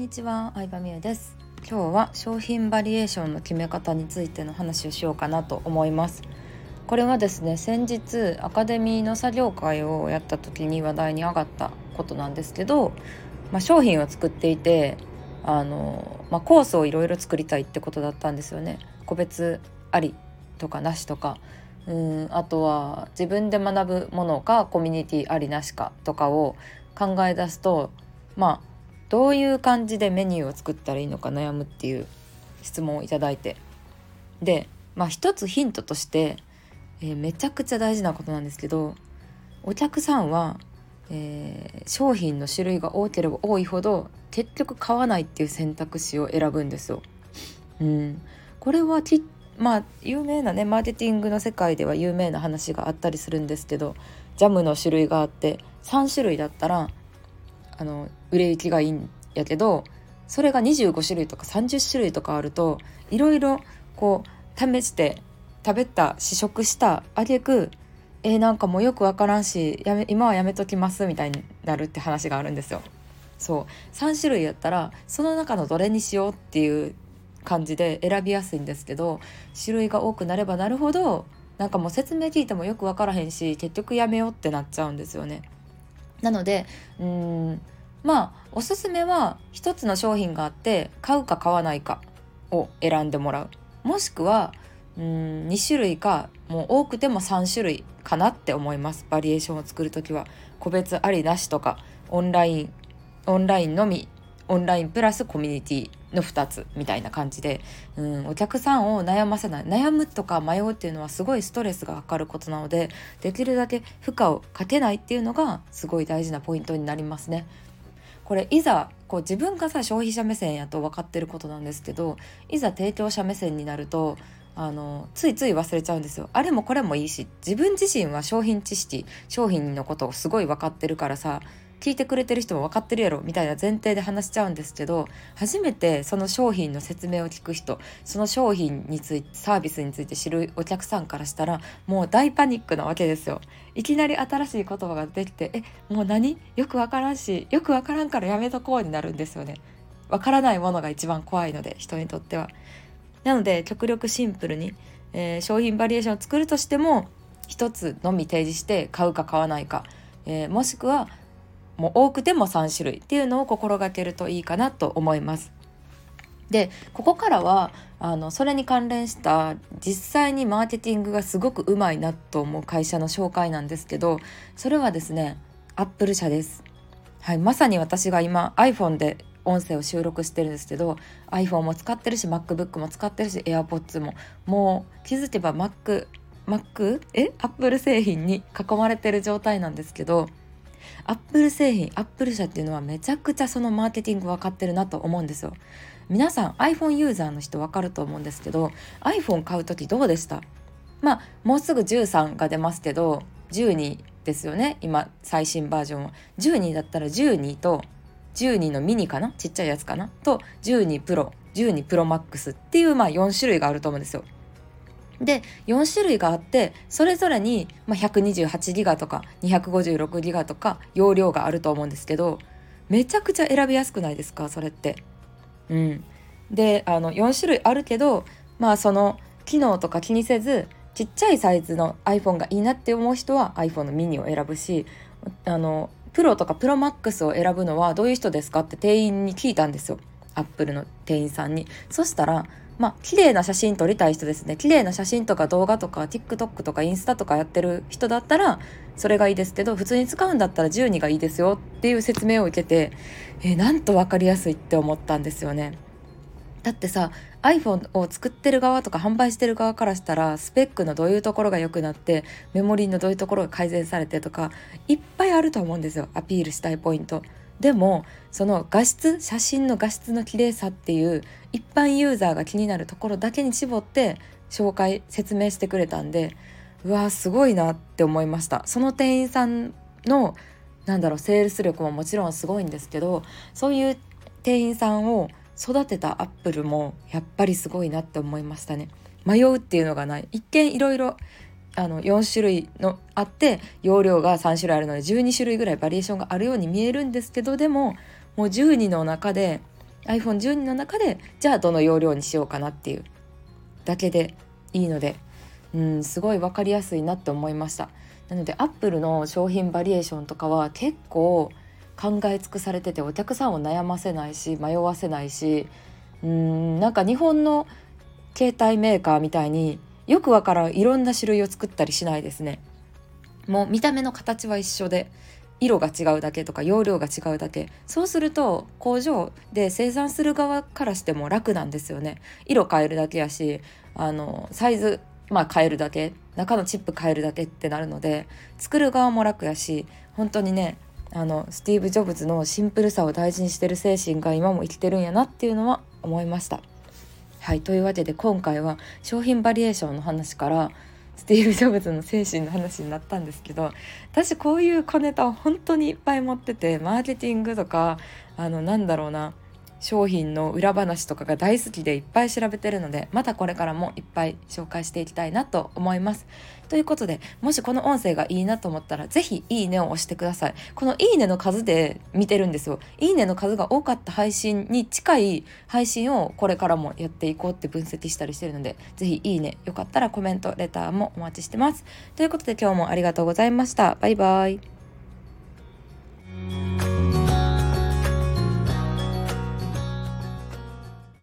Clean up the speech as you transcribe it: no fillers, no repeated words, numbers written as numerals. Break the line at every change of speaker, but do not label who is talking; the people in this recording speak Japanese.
にちは、相葉美優です。今日は商品バリエーションの決め方についての話をしようかなと思います。これはですね、先日アカデミーの作業会をやった時に話題に上がったことなんですけど、商品を作っていてコースをいろいろ作りたいってことだったんですよね。個別ありとかなしとか、あとは自分で学ぶものかコミュニティありなしかとかを考え出すと、どういう感じでメニューを作ったらいいのか悩むっていう質問をいただいて、で、一つヒントとして、めちゃくちゃ大事なことなんですけど、お客さんは、商品の種類が多ければ多いほど結局買わないっていう選択肢を選ぶんですよ。これは有名なね、マーケティングの世界では有名な話があったりするんですけど、ジャムの種類があって3種類だったら売れ行きがいいんやけど、それが25種類とか30種類とかあると、いろいろ試して試食した挙句なんかもうよくわからんし今はやめときますみたいになるって話があるんですよ。そう3種類やったらその中のどれにしようっていう感じで選びやすいんですけど、種類が多くなればなるほどなんかもう説明聞いてもよくわからへんし、結局やめようってなっちゃうんですよね。なのでおすすめは一つの商品があって買うか買わないかを選んでもらう、もしくは2種類かもう多くても3種類かなって思います。バリエーションを作るときは個別ありなしとかオンラインのみ、オンラインプラスコミュニティの2つみたいな感じで、お客さんを悩ませない、悩むとか迷うっていうのはすごいストレスがかかることなので、できるだけ負荷をかけないっていうのがすごい大事なポイントになりますね。これいざ自分が消費者目線やと分かってることなんですけど、いざ提供者目線になるとついつい忘れちゃうんですよ。あれもこれもいいし、自分自身は商品知識、商品のことをすごい分かってるからさ、聞いてくれてる人も分かってるやろみたいな前提で話しちゃうんですけど、初めてその商品の説明を聞く人、その商品についてサービスについて知るお客さんからしたらもう大パニックなわけですよ。いきなり新しい言葉ができてもう何よく分からんし、よく分からんからやめとこうになるんですよね。分からないものが一番怖いので、人にとっては。なので極力シンプルに、商品バリエーションを作るとしても一つのみ提示して買うか買わないか、もしくはもう多くても3種類っていうのを心がけるといいかなと思います。でここからはそれに関連した実際にマーケティングがすごくうまいなと思う会社の紹介なんですけど、それはですね、アップル社です。はい、まさに私が今 iPhone で音声を収録してるんですけど、 iPhone も使ってるし MacBook も使ってるし AirPods も、もう気づけば Apple 製品に囲まれてる状態なんですけど、アップル製品、アップル社っていうのはめちゃくちゃそのマーケティング分かってるなと思うんですよ。皆さん iPhone ユーザーの人分かると思うんですけど、 iPhone 買うときどうでした？もうすぐ13が出ますけど12ですよね。今最新バージョンは12だったら12と12のミニかな、ちっちゃいやつかなと12プロ、12プロマックスっていう4種類があると思うんですよ。で4種類があって、それぞれに128ギガとか256ギガとか容量があると思うんですけど、めちゃくちゃ選びやすくないですか、それって。で4種類あるけど、その機能とか気にせずちっちゃいサイズの iPhone がいいなって思う人は iPhone のミニを選ぶし、プロとかプロマックスを選ぶのはどういう人ですかって店員に聞いたんですよ、アップルの店員さんに。そしたら綺麗な写真撮りたい人ですね。綺麗な写真とか動画とか TikTok とかインスタとかやってる人だったらそれがいいですけど、普通に使うんだったら12がいいですよっていう説明を受けて、なんと分かりやすいって思ったんですよね。だってさ、 iPhone を作ってる側とか販売してる側からしたらスペックのどういうところが良くなって、メモリーのどういうところが改善されてとかいっぱいあると思うんですよ、アピールしたいポイント。でもその写真の画質の綺麗さっていう一般ユーザーが気になるところだけに絞って説明してくれたんで、うわーすごいなって思いました。その店員さんのセールス力ももちろんすごいんですけど、そういう店員さんを育てたアップルもやっぱりすごいなって思いましたね。迷うっていうのがない。一見いろいろ4種類のあって容量が3種類あるので12種類ぐらいバリエーションがあるように見えるんですけど、でももう12の中で iPhone12 の中でじゃあどの容量にしようかなっていうだけでいいので、すごい分かりやすいなって思いました。なので Apple の商品バリエーションとかは結構考え尽くされてて、お客さんを悩ませないし迷わせないし、なんか日本の携帯メーカーみたいによくわからんいろんな種類を作ったりしないですね。もう見た目の形は一緒で色が違うだけとか容量が違うだけ、そうすると工場で生産する側からしても楽なんですよね。色変えるだけやし、サイズ変えるだけ、中のチップ変えるだけってなるので、作る側も楽やし、本当にね、スティーブ・ジョブズのシンプルさを大事にしてる精神が今も生きてるんやなっていうのは思いました。はい、というわけで今回は商品バリエーションの話からスティーブ・ジョブズの精神の話になったんですけど、私こういう小ネタを本当にいっぱい持ってて、マーケティングとか商品の裏話とかが大好きでいっぱい調べてるので、またこれからもいっぱい紹介していきたいなと思います。ということで、もしこの音声がいいなと思ったらぜひいいねを押してください。このいいねの数で見てるんですよ。いいねの数が多かった配信に近い配信をこれからもやっていこうって分析したりしてるので、ぜひいいね、よかったらコメントレターもお待ちしてます。ということで今日もありがとうございました。バイバイ。